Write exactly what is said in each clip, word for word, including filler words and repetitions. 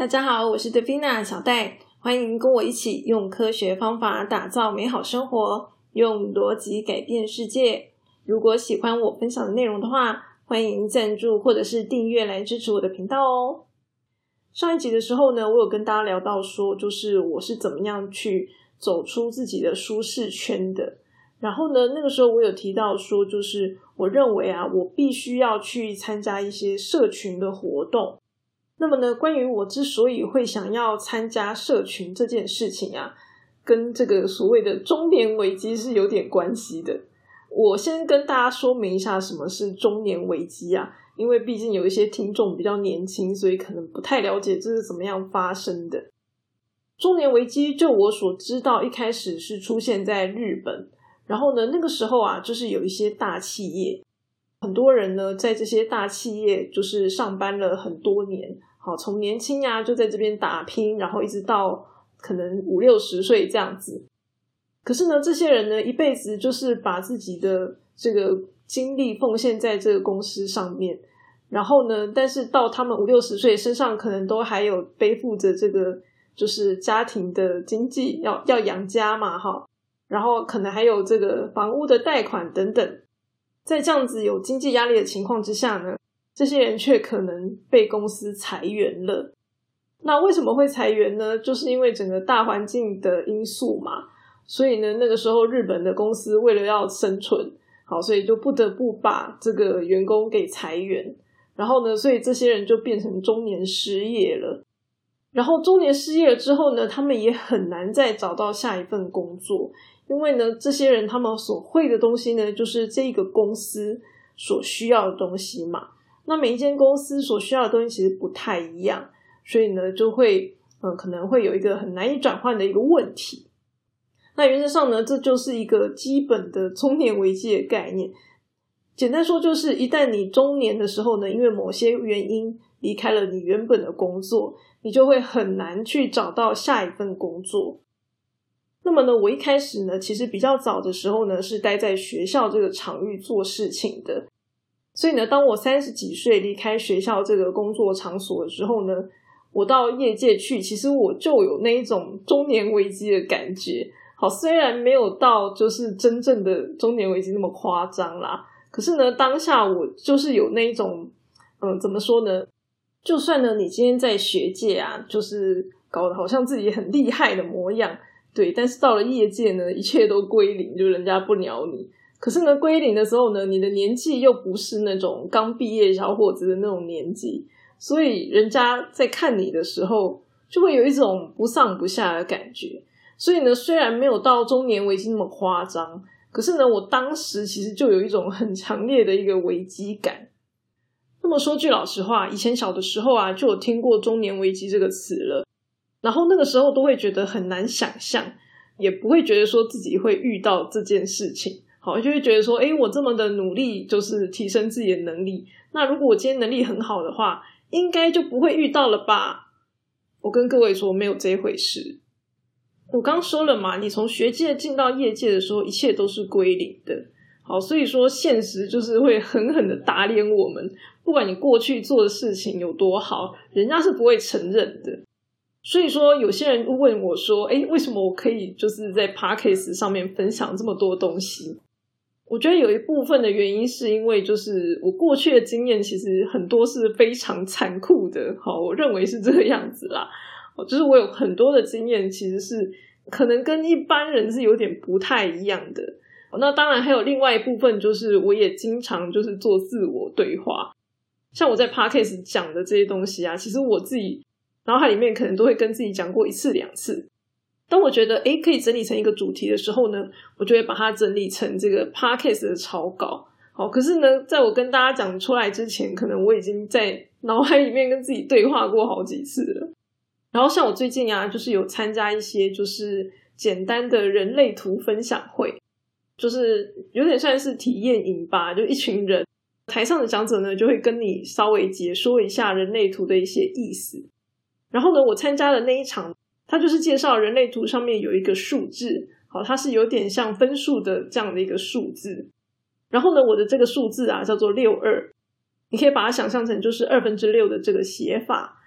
大家好，我是 Davina 小戴，欢迎跟我一起用科学方法打造美好生活，用逻辑改变世界。如果喜欢我分享的内容的话，欢迎赞助或者是订阅来支持我的频道哦。上一集的时候呢，我有跟大家聊到说，就是我是怎么样去走出自己的舒适圈的。然后呢，那个时候我有提到说，就是我认为啊，我必须要去参加一些社群的活动。那么呢，关于我之所以会想要参加社群这件事情啊，跟这个所谓的中年危机是有点关系的。我先跟大家说明一下什么是中年危机啊，因为毕竟有一些听众比较年轻，所以可能不太了解这是怎么样发生的。中年危机就我所知道，一开始是出现在日本，然后呢，那个时候啊，就是有一些大企业，很多人呢在这些大企业就是上班了很多年，好，从年轻啊就在这边打拼，然后一直到可能五六十岁这样子。可是呢，这些人呢一辈子就是把自己的这个精力奉献在这个公司上面，然后呢，但是到他们五六十岁，身上可能都还有背负着这个就是家庭的经济，要要养家嘛，哈，然后可能还有这个房屋的贷款等等。在这样子有经济压力的情况之下呢，这些人却可能被公司裁员了。那为什么会裁员呢？就是因为整个大环境的因素嘛。所以呢，那个时候日本的公司为了要生存，好，所以就不得不把这个员工给裁员。然后呢，所以这些人就变成中年失业了。然后中年失业了之后呢，他们也很难再找到下一份工作。因为呢，这些人他们所会的东西呢，就是这个公司所需要的东西嘛。那每一间公司所需要的东西其实不太一样，所以呢，就会嗯，可能会有一个很难以转换的一个问题。那原则上呢，这就是一个基本的中年危机的概念。简单说就是一旦你中年的时候呢，因为某些原因离开了你原本的工作，你就会很难去找到下一份工作。那么呢，我一开始呢，其实比较早的时候呢，是待在学校这个场域做事情的。所以呢，当我三十几岁离开学校这个工作场所的时候呢，我到业界去，其实我就有那一种中年危机的感觉。好，虽然没有到就是真正的中年危机那么夸张啦，可是呢，当下我就是有那一种嗯，怎么说呢，就算呢你今天在学界啊，就是搞得好像自己很厉害的模样，对，但是到了业界呢，一切都归零，就人家不鸟你。可是呢，归零的时候呢，你的年纪又不是那种刚毕业小伙子的那种年纪，所以人家在看你的时候就会有一种不上不下的感觉。所以呢，虽然没有到中年危机那么夸张，可是呢，我当时其实就有一种很强烈的一个危机感。那么说句老实话，以前小的时候啊，就有听过中年危机这个词了，然后那个时候都会觉得很难想象，也不会觉得说自己会遇到这件事情。好，就会觉得说，诶，我这么的努力，就是提升自己的能力，那如果我今天能力很好的话，应该就不会遇到了吧？我跟各位说，没有这回事。我刚说了嘛，你从学界进到业界的时候，一切都是归零的。好，所以说现实就是会狠狠的打脸我们，不管你过去做的事情有多好，人家是不会承认的。所以说有些人问我说，诶，为什么我可以就是在 Podcast 上面分享这么多东西？我觉得有一部分的原因是因为就是我过去的经验其实很多是非常残酷的，好，我认为是这个样子啦。就是我有很多的经验其实是可能跟一般人是有点不太一样的。那当然还有另外一部分就是我也经常就是做自我对话，像我在 Podcast 讲的这些东西啊，其实我自己脑海里面可能都会跟自己讲过一次两次。当我觉得诶可以整理成一个主题的时候呢，我就会把它整理成这个 Podcast 的草稿。好，可是呢在我跟大家讲出来之前，可能我已经在脑海里面跟自己对话过好几次了。然后像我最近啊，就是有参加一些就是简单的人类图分享会，就是有点算是体验营吧，就一群人，台上的讲者呢就会跟你稍微解说一下人类图的一些意思。然后呢，我参加的那一场，它就是介绍人类图上面有一个数字，好，它是有点像分数的这样的一个数字。然后呢，我的这个数字啊叫做六二，你可以把它想象成就是二分之六的这个写法。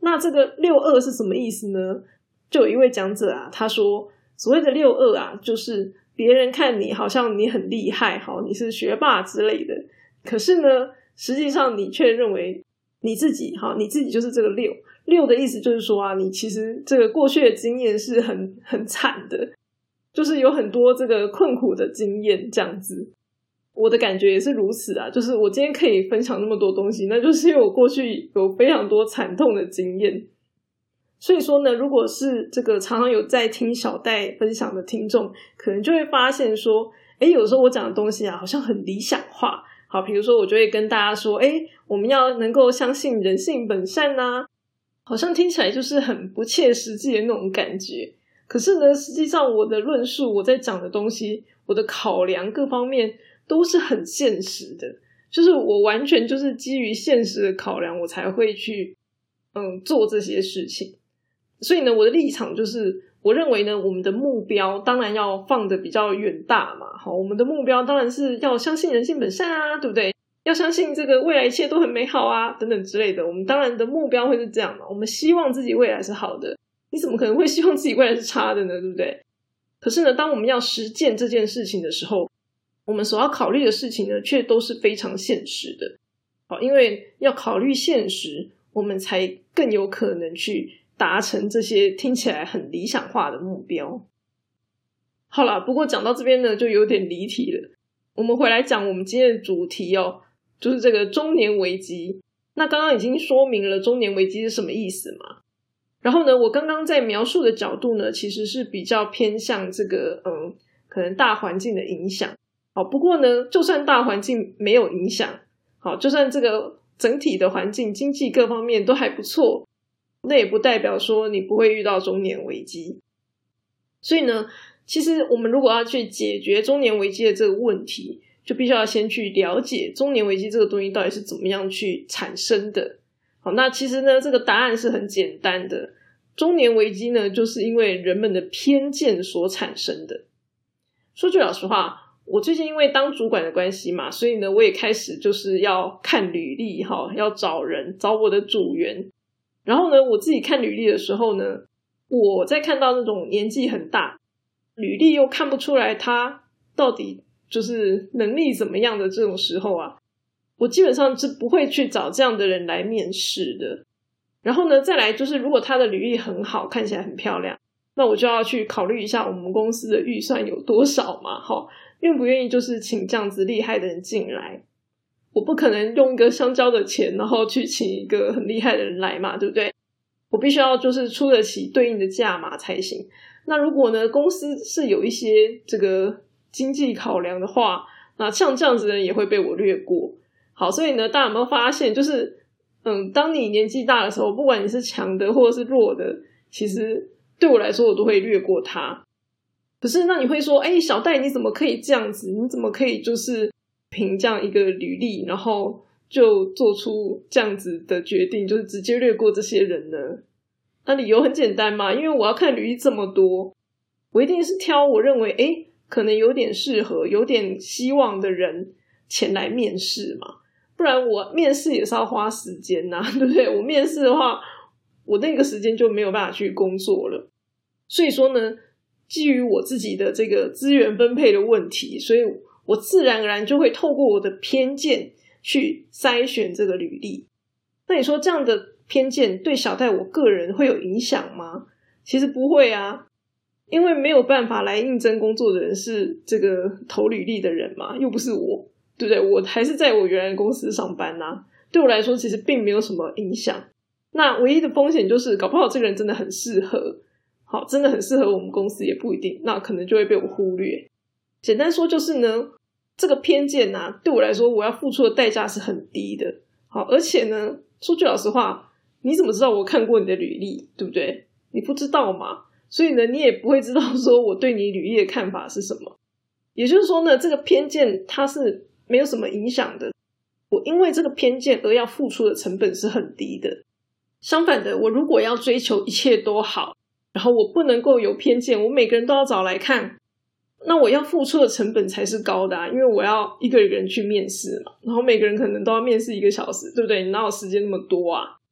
那这个六二是什么意思呢？就有一位讲者啊，他说所谓的六二啊，就是别人看你好像你很厉害，好，你是学霸之类的，可是呢实际上你却认为你自己好，你自己就是这个六。六的意思就是说啊，你其实这个过去的经验是很很惨的，就是有很多这个困苦的经验这样子。我的感觉也是如此啊，就是我今天可以分享那么多东西，那就是因为我过去有非常多惨痛的经验。所以说呢，如果是这个常常有在听小戴分享的听众，可能就会发现说，诶，有时候我讲的东西啊好像很理想化。好，比如说我就会跟大家说，诶，我们要能够相信人性本善啊，好像听起来就是很不切实际的那种感觉。可是呢，实际上我的论述，我在讲的东西，我的考量各方面都是很现实的，就是我完全就是基于现实的考量，我才会去嗯做这些事情。所以呢，我的立场就是我认为呢，我们的目标当然要放得比较远大嘛。好，我们的目标当然是要相信人性本善啊，对不对？要相信这个未来一切都很美好啊，等等之类的。我们当然的目标会是这样嘛，我们希望自己未来是好的，你怎么可能会希望自己未来是差的呢，对不对？可是呢，当我们要实践这件事情的时候，我们所要考虑的事情呢，却都是非常现实的。好，因为要考虑现实，我们才更有可能去达成这些听起来很理想化的目标。好啦，不过讲到这边呢，就有点离题了。我们回来讲我们今天的主题哦，就是这个中年危机。那刚刚已经说明了中年危机是什么意思嘛。然后呢，我刚刚在描述的角度呢，其实是比较偏向这个嗯，可能大环境的影响。好，不过呢，就算大环境没有影响，好，就算这个整体的环境经济各方面都还不错，那也不代表说你不会遇到中年危机。所以呢，其实我们如果要去解决中年危机的这个问题，就必须要先去了解中年危机这个东西到底是怎么样去产生的。好，那其实呢，这个答案是很简单的。中年危机呢，就是因为人们的偏见所产生的。说句老实话，我最近因为当主管的关系嘛，所以呢，我也开始就是要看履历哈，要找人，找我的组员。然后呢，我自己看履历的时候呢，我在看到那种年纪很大，履历又看不出来他到底就是能力怎么样的这种时候啊，我基本上是不会去找这样的人来面试的。然后呢，再来就是如果他的履历很好，看起来很漂亮，那我就要去考虑一下我们公司的预算有多少嘛，齁，愿不愿意就是请这样子厉害的人进来。我不可能用一个香蕉的钱然后去请一个很厉害的人来嘛，对不对？我必须要就是出得起对应的价码才行。那如果呢，公司是有一些这个经济考量的话，那像这样子的人也会被我略过。好，所以呢，大家有没有发现，就是嗯，当你年纪大的时候，不管你是强的或者是弱的，其实对我来说我都会略过他。可是那你会说，诶，小戴你怎么可以这样子？你怎么可以就是凭这样一个履历，然后就做出这样子的决定，就是直接略过这些人呢？那理由很简单嘛，因为我要看履历这么多，我一定是挑我认为诶可能有点适合有点希望的人前来面试嘛，不然我面试也是要花时间啊，对不对？我面试的话，我那个时间就没有办法去工作了。所以说呢，基于我自己的这个资源分配的问题，所以我自然而然就会透过我的偏见去筛选这个履历。那你说这样的偏见对小戴我个人会有影响吗？其实不会啊，因为没有办法来应征工作的人是这个投履历的人嘛，又不是我，对不对？我还是在我原来的公司上班啊，对我来说其实并没有什么影响。那唯一的风险就是搞不好这个人真的很适合，好，真的很适合我们公司也不一定，那可能就会被我忽略。简单说就是呢，这个偏见啊，对我来说我要付出的代价是很低的。好，而且呢，说句老实话，你怎么知道我看过你的履历，对不对？你不知道嘛，所以呢，你也不会知道说我对你履历的看法是什么。也就是说呢，这个偏见它是没有什么影响的，我因为这个偏见而要付出的成本是很低的。相反的，我如果要追求一切都好，然后我不能够有偏见，我每个人都要找来看，那我要付出的成本才是高的啊，因为我要一个人去面试嘛，然后每个人可能都要面试一个小时，对不对？你哪有时间那么多啊？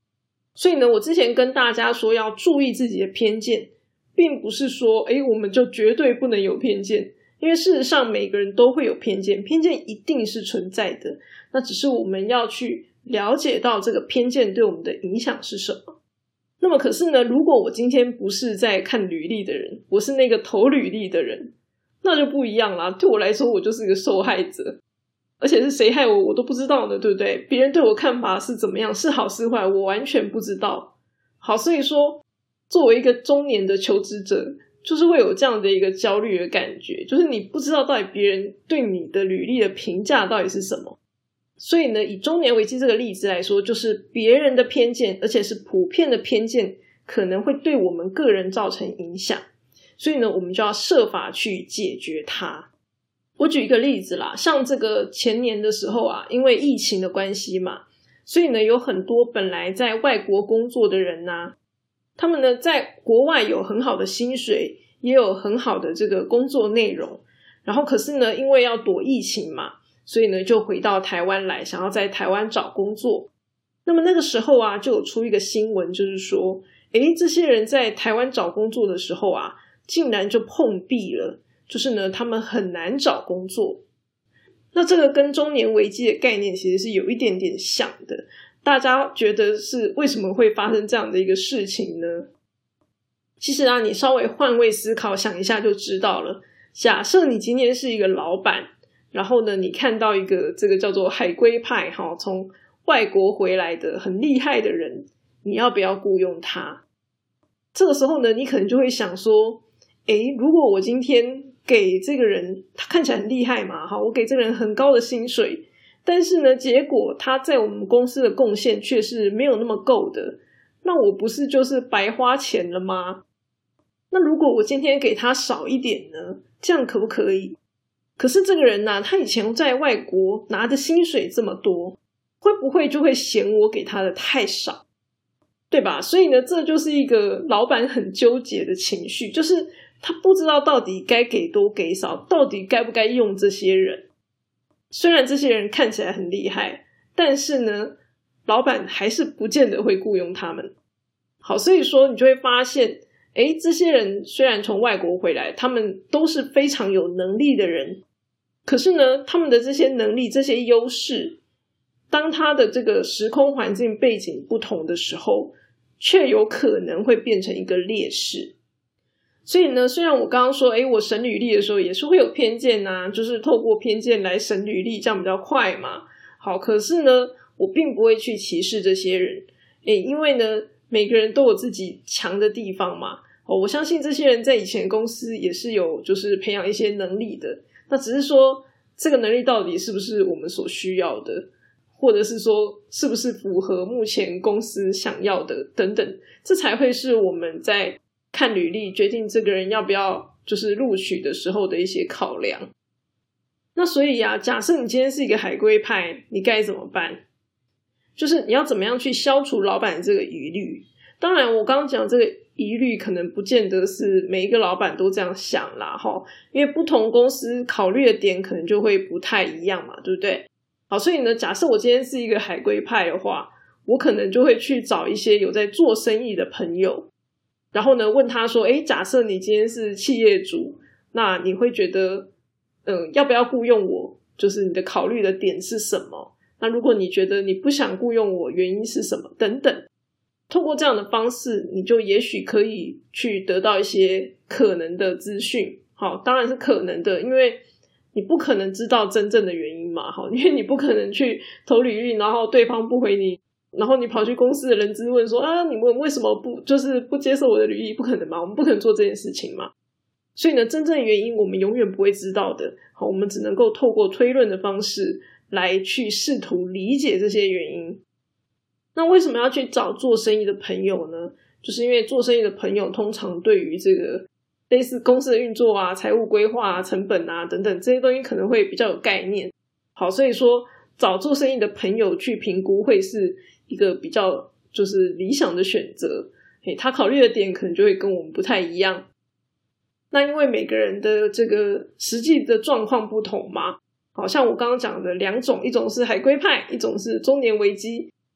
所以呢，我之前跟大家说要注意自己的偏见，并不是说诶我们就绝对不能有偏见，因为事实上每个人都会有偏见，偏见一定是存在的，那只是我们要去了解到这个偏见对我们的影响是什么。那么可是呢，如果我今天不是在看履历的人，我是那个投履历的人，那就不一样啦，对我来说我就是一个受害者，而且是谁害我我都不知道呢，对不对？别人对我看法是怎么样，是好是坏，我完全不知道。好，所以说作为一个中年的求职者，就是会有这样的一个焦虑的感觉，就是你不知道到底别人对你的履历的评价到底是什么。所以呢，以中年危机这个例子来说，就是别人的偏见，而且是普遍的偏见，可能会对我们个人造成影响，所以呢，我们就要设法去解决它。我举一个例子啦，像这个前年的时候啊，因为疫情的关系嘛，所以呢，有很多本来在外国工作的人啊，他们呢在国外有很好的薪水，也有很好的这个工作内容，然后可是呢，因为要躲疫情嘛，所以呢就回到台湾来，想要在台湾找工作。那么那个时候啊，就有出一个新闻，就是说诶这些人在台湾找工作的时候啊，竟然就碰壁了，就是呢他们很难找工作。那这个跟中年危机的概念其实是有一点点像的，大家觉得是为什么会发生这样的一个事情呢？其实啊，你稍微换位思考想一下就知道了。假设你今天是一个老板，然后呢你看到一个这个叫做海归派齁，从外国回来的很厉害的人，你要不要雇佣他？这个时候呢，你可能就会想说，诶如果我今天给这个人，他看起来很厉害嘛，好，我给这个人很高的薪水，但是呢结果他在我们公司的贡献却是没有那么够的，那我不是就是白花钱了吗？那如果我今天给他少一点呢，这样可不可以？可是这个人啊，他以前在外国拿的薪水这么多，会不会就会嫌我给他的太少，对吧？所以呢，这就是一个老板很纠结的情绪，就是他不知道到底该给多给少，到底该不该用这些人。虽然这些人看起来很厉害，但是呢，老板还是不见得会雇佣他们。好，所以说你就会发现，诶这些人虽然从外国回来，他们都是非常有能力的人，可是呢，他们的这些能力、这些优势，当他的这个时空环境背景不同的时候，却有可能会变成一个劣势。所以呢，虽然我刚刚说诶我审履历的时候也是会有偏见啊，就是透过偏见来审履历，这样比较快嘛。好，可是呢，我并不会去歧视这些人，诶因为呢，每个人都有自己强的地方嘛。哦，我相信这些人在以前公司也是有就是培养一些能力的，那只是说这个能力到底是不是我们所需要的，或者是说是不是符合目前公司想要的等等，这才会是我们在看履历决定这个人要不要就是录取的时候的一些考量。那所以啊，假设你今天是一个海归派，你该怎么办？就是你要怎么样去消除老板这个疑虑。当然我刚刚讲这个疑虑可能不见得是每一个老板都这样想啦齁，因为不同公司考虑的点可能就会不太一样嘛，对不对？好，所以呢，假设我今天是一个海归派的话，我可能就会去找一些有在做生意的朋友，然后呢问他说，诶假设你今天是企业主，那你会觉得嗯，要不要雇佣我，就是你的考虑的点是什么？那如果你觉得你不想雇佣我，原因是什么等等。透过这样的方式，你就也许可以去得到一些可能的资讯。好，当然是可能的，因为你不可能知道真正的原因嘛。好，因为你不可能去投履历，然后对方不回你，然后你跑去公司的人资问说啊，你们为什么不就是不接受我的履历？不可能嘛，我们不可能做这件事情嘛。所以呢，真正的原因我们永远不会知道的。好，我们只能够透过推论的方式来去试图理解这些原因。那为什么要去找做生意的朋友呢？就是因为做生意的朋友通常对于这个类似公司的运作啊、财务规划啊、成本啊等等这些东西可能会比较有概念。好，所以说找做生意的朋友去评估会是一个比较就是理想的选择。嘿，他考虑的点可能就会跟我们不太一样。那因为每个人的这个实际的状况不同嘛，好像我刚刚讲的两种，一种是海归派，一种是中年危机。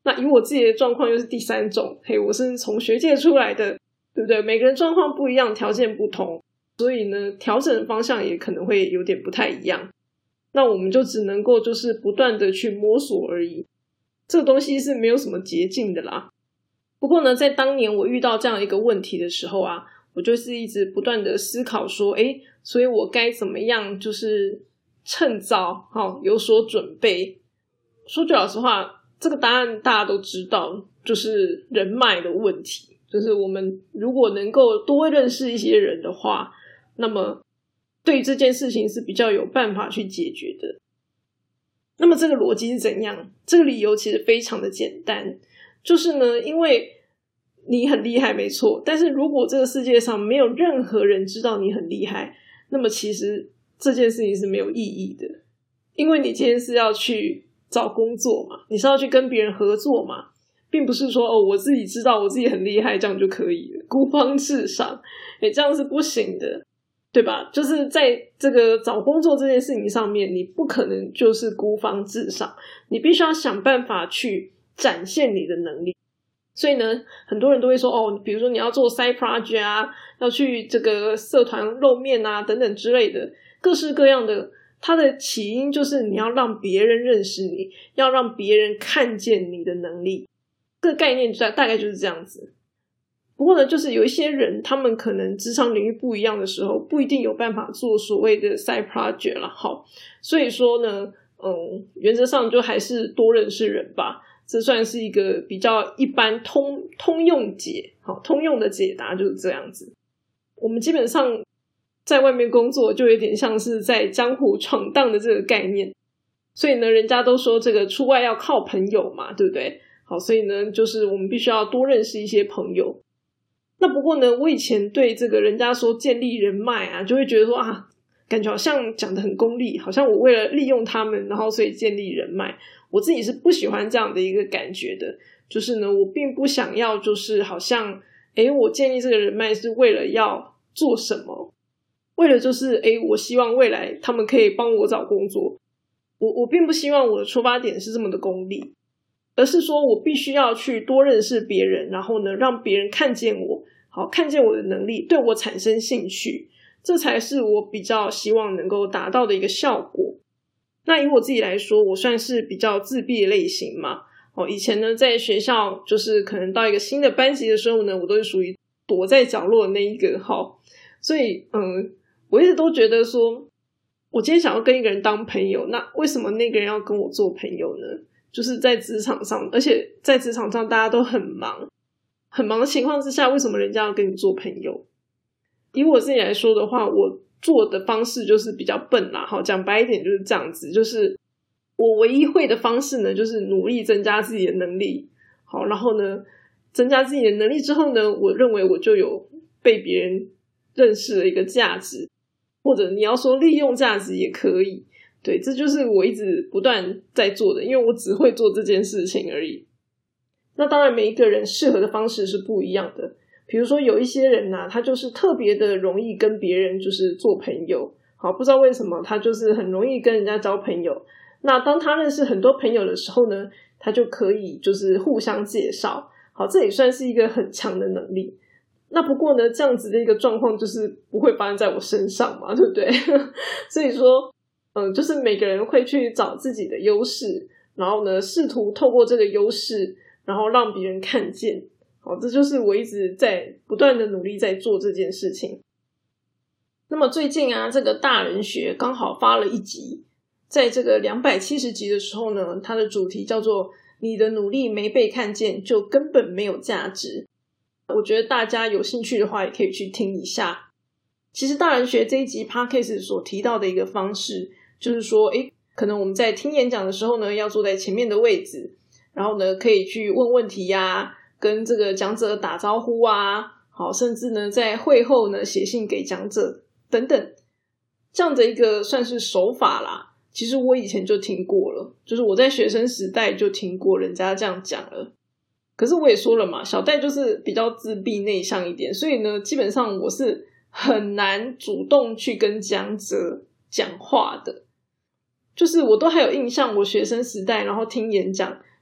那以我自己的状况又是第三种，嘿，我是从学界出来的，对不对？每个人状况不一样，条件不同，所以呢，调整的方向也可能会有点不太一样。那我们就只能够就是不断的去摸索而已，这个东西是没有什么捷径的啦。不过呢，在当年我遇到这样一个问题的时候啊，我就是一直不断的思考说，诶，所以我该怎么样就是趁早、哦、有所准备。说句老实话，这个答案大家都知道，就是人脉的问题，就是我们如果能够多认识一些人的话，那么对于这件事情是比较有办法去解决的。那么这个逻辑是怎样？这个理由其实非常的简单，就是呢，因为你很厉害没错，但是如果这个世界上没有任何人知道你很厉害，那么其实这件事情是没有意义的。因为你今天是要去找工作嘛，你是要去跟别人合作嘛，并不是说哦，我自己知道我自己很厉害这样就可以了，孤芳自赏，诶，这样是不行的，对吧？就是在这个找工作这件事情上面，你不可能就是孤芳自赏，你必须要想办法去展现你的能力。所以呢，很多人都会说哦，比如说你要做 side project 啊，要去这个社团露面啊等等之类的，各式各样的，它的起因就是你要让别人认识你，要让别人看见你的能力，这个概念大概就是这样子。不过呢，就是有一些人他们可能职场领域不一样的时候，不一定有办法做所谓的 side project 啦。好，所以说呢嗯，原则上就还是多认识人吧，这算是一个比较一般通通用解好通用的解答，就是这样子。我们基本上在外面工作就有点像是在江湖闯荡的这个概念，所以呢人家都说这个出外要靠朋友嘛，对不对？好，所以呢就是我们必须要多认识一些朋友。那不过呢，我以前对这个人家说建立人脉啊，就会觉得说啊，感觉好像讲得很功利，好像我为了利用他们然后所以建立人脉，我自己是不喜欢这样的一个感觉的。就是呢我并不想要就是好像诶我建立这个人脉是为了要做什么，为了就是诶我希望未来他们可以帮我找工作，我我并不希望我的出发点是这么的功利，而是说我必须要去多认识别人，然后呢让别人看见我，好看见我的能力，对我产生兴趣，这才是我比较希望能够达到的一个效果。那以我自己来说，我算是比较自闭的类型嘛，哦，以前呢在学校就是可能到一个新的班级的时候呢，我都是属于躲在角落的那一个，好，所以嗯，我一直都觉得说我今天想要跟一个人当朋友，那为什么那个人要跟我做朋友呢？就是在职场上，而且在职场上大家都很忙很忙的情况之下，为什么人家要跟你做朋友？以我自己来说的话，我做的方式就是比较笨啦，好，讲白一点就是这样子，就是我唯一会的方式呢，就是努力增加自己的能力，好，然后呢增加自己的能力之后呢，我认为我就有被别人认识的一个价值，或者你要说利用价值也可以，对，这就是我一直不断在做的，因为我只会做这件事情而已。那当然每一个人适合的方式是不一样的，比如说有一些人啊，他就是特别的容易跟别人就是做朋友，好，不知道为什么他就是很容易跟人家交朋友，那当他认识很多朋友的时候呢，他就可以就是互相介绍，好，这也算是一个很强的能力。那不过呢这样子的一个状况就是不会发生在我身上嘛，对不对？所以说嗯，就是每个人会去找自己的优势，然后呢试图透过这个优势然后让别人看见，好，这就是我一直在不断的努力在做这件事情。那么最近啊，这个大人学刚好发了一集，在这个两百七十集的时候呢，它的主题叫做你的努力没被看见就根本没有价值。我觉得大家有兴趣的话也可以去听一下。其实大人学这一集 Podcast 所提到的一个方式就是说诶可能我们在听演讲的时候呢，要坐在前面的位置，然后呢可以去问问题啊，跟这个讲者打招呼啊，好，甚至呢在会后呢写信给讲者等等，这样的一个算是手法啦。其实我以前就听过了，就是我在学生时代就听过人家这样讲了。可是我也说了嘛，小戴就是比较自闭内向一点，所以呢基本上我是很难主动去跟讲者讲话的。就是我都还有印象，我学生时代然后听演讲，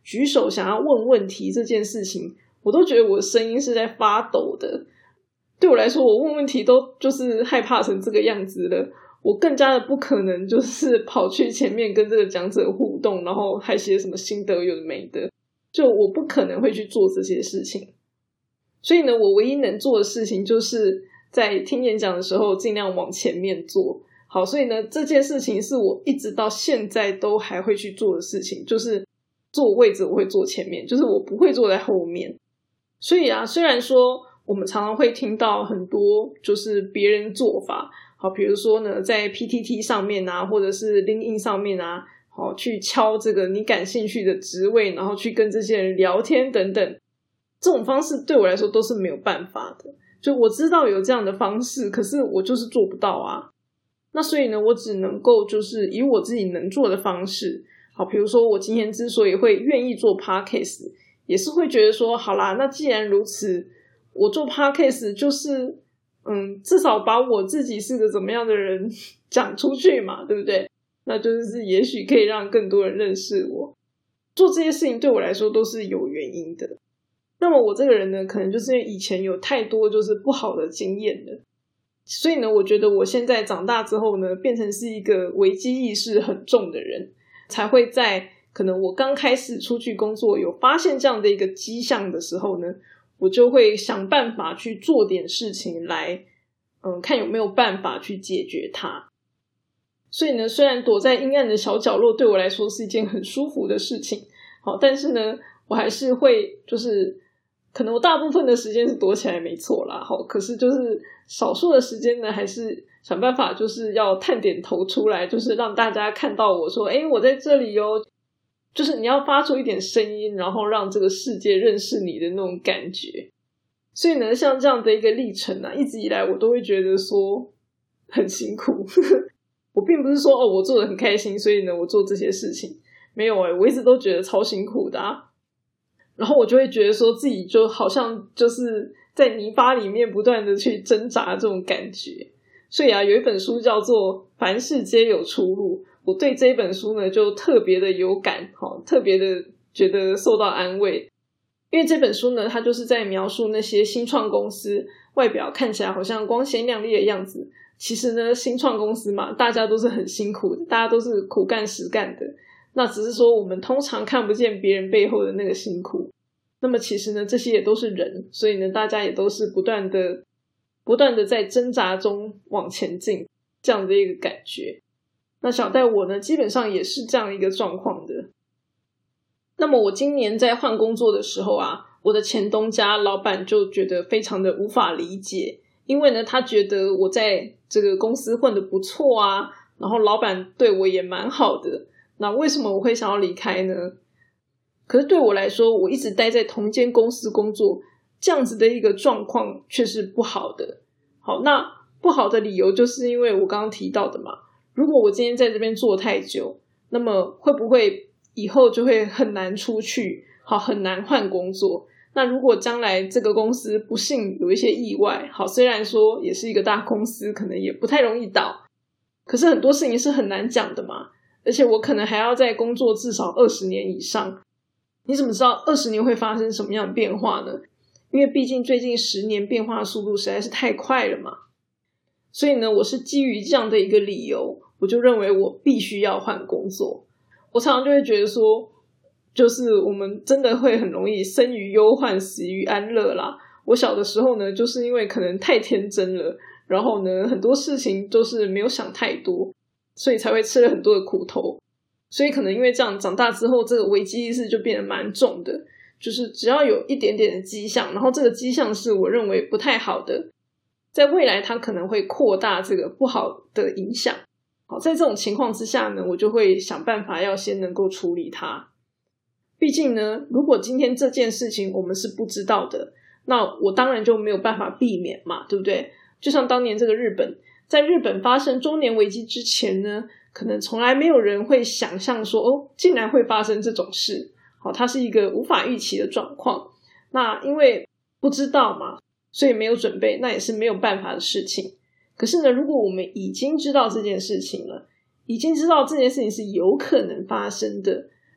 举手想要问问题这件事情，我都觉得我的声音是在发抖的。对我来说，我问问题都就是害怕成这个样子了，我更加的不可能就是跑去前面跟这个讲者互动，然后还写什么心得有的没的，就我不可能会去做这些事情。所以呢，我唯一能做的事情就是在听演讲的时候尽量往前面做。好，所以呢，这件事情是我一直到现在都还会去做的事情，就是坐位置我会坐前面，就是我不会坐在后面。所以啊，虽然说我们常常会听到很多就是别人做法，好，比如说呢，在 P T T 上面啊，或者是 LinkedIn 上面啊，好，去敲这个你感兴趣的职位，然后去跟这些人聊天等等，这种方式对我来说都是没有办法的。就我知道有这样的方式，可是我就是做不到啊。那所以呢，我只能够就是以我自己能做的方式，好，比如说我今天之所以会愿意做 podcast， 也是会觉得说，好啦，那既然如此，我做 podcast 就是嗯，至少把我自己是个怎么样的人讲出去嘛，对不对？那就是也许可以让更多人认识我。做这些事情对我来说都是有原因的。那么我这个人呢，可能就是因为以前有太多就是不好的经验了，所以呢，我觉得我现在长大之后呢，变成是一个危机意识很重的人，才会在可能我刚开始出去工作有发现这样的一个迹象的时候呢，我就会想办法去做点事情来嗯，看有没有办法去解决它。所以呢，虽然躲在阴暗的小角落对我来说是一件很舒服的事情，好，但是呢，我还是会就是可能我大部分的时间是躲起来没错啦，好，可是就是少数的时间呢，还是想办法就是要探点头出来，就是让大家看到我说诶，我在这里哦，就是你要发出一点声音，然后让这个世界认识你的那种感觉。所以呢，像这样的一个历程啊，一直以来我都会觉得说很辛苦我并不是说哦我做得很开心，所以呢我做这些事情，没有诶，我一直都觉得超辛苦的啊。然后我就会觉得说自己就好像就是在泥巴里面不断的去挣扎这种感觉。所以啊，有一本书叫做凡事皆有出路，我对这一本书呢就特别的有感，特别的觉得受到安慰。因为这本书呢，它就是在描述那些新创公司外表看起来好像光鲜亮丽的样子，其实呢新创公司嘛，大家都是很辛苦的，大家都是苦干实干的，那只是说我们通常看不见别人背后的那个辛苦。那么其实呢这些也都是人，所以呢大家也都是不断的不断的在挣扎中往前进，这样的一个感觉。那小戴我呢基本上也是这样一个状况的。那么我今年在换工作的时候啊，我的前东家老板就觉得非常的无法理解，因为呢他觉得我在这个公司混得不错啊，然后老板对我也蛮好的，那为什么我会想要离开呢？可是对我来说，我一直待在同间公司工作，这样子的一个状况却是不好的。好，那不好的理由就是因为我刚刚提到的嘛，如果我今天在这边做太久，那么会不会以后就会很难出去，好，很难换工作。那如果将来这个公司不幸有一些意外，好，虽然说也是一个大公司，可能也不太容易倒，可是很多事情是很难讲的嘛，而且我可能还要在工作至少二十年以上，你怎么知道二十年会发生什么样的变化呢？因为毕竟最近十年变化的速度实在是太快了嘛。所以呢，我是基于这样的一个理由，我就认为我必须要换工作。我常常就会觉得说，就是我们真的会很容易生于忧患，死于安乐啦。我小的时候呢，就是因为可能太天真了，然后呢很多事情都是没有想太多，所以才会吃了很多的苦头。所以可能因为这样，长大之后这个危机意识就变得蛮重的，就是只要有一点点的迹象，然后这个迹象是我认为不太好的，在未来它可能会扩大这个不好的影响。好，在这种情况之下呢，我就会想办法要先能够处理它。毕竟呢，如果今天这件事情我们是不知道的，那我当然就没有办法避免嘛，对不对？就像当年这个日本，在日本发生中年危机之前呢，可能从来没有人会想象说，哦，竟然会发生这种事。好，它是一个无法预期的状况。那因为不知道嘛，所以没有准备，那也是没有办法的事情。可是呢，如果我们已经知道这件事情了，已经知道这件事情是有可能发生的，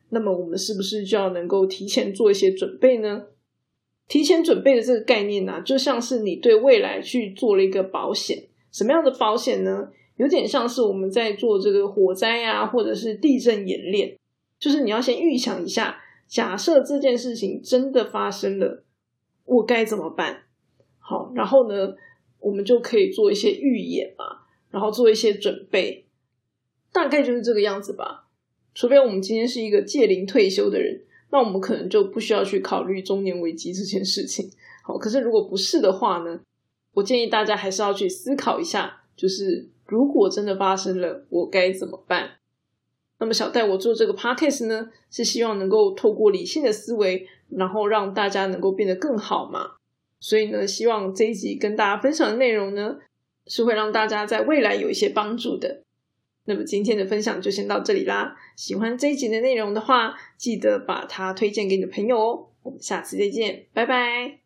那么我们是不是就要能够提前做一些准备呢？提前准备的这个概念啊，就像是你对未来去做了一个保险。什么样的保险呢？有点像是我们在做这个火灾啊，或者是地震演练，就是你要先预想一下，假设这件事情真的发生了，我该怎么办？好，然后呢，我们就可以做一些预演嘛，然后做一些准备，大概就是这个样子吧。除非我们今天是一个届龄退休的人，那我们可能就不需要去考虑中年危机这件事情。好，可是如果不是的话呢，我建议大家还是要去思考一下，就是如果真的发生了，我该怎么办？那么小戴我做这个 podcast 呢，是希望能够透过理性的思维，然后让大家能够变得更好嘛。所以呢，希望这一集跟大家分享的内容呢，是会让大家在未来有一些帮助的。那么今天的分享就先到这里啦。喜欢这一集的内容的话，记得把它推荐给你的朋友哦。我们下次再见，拜拜。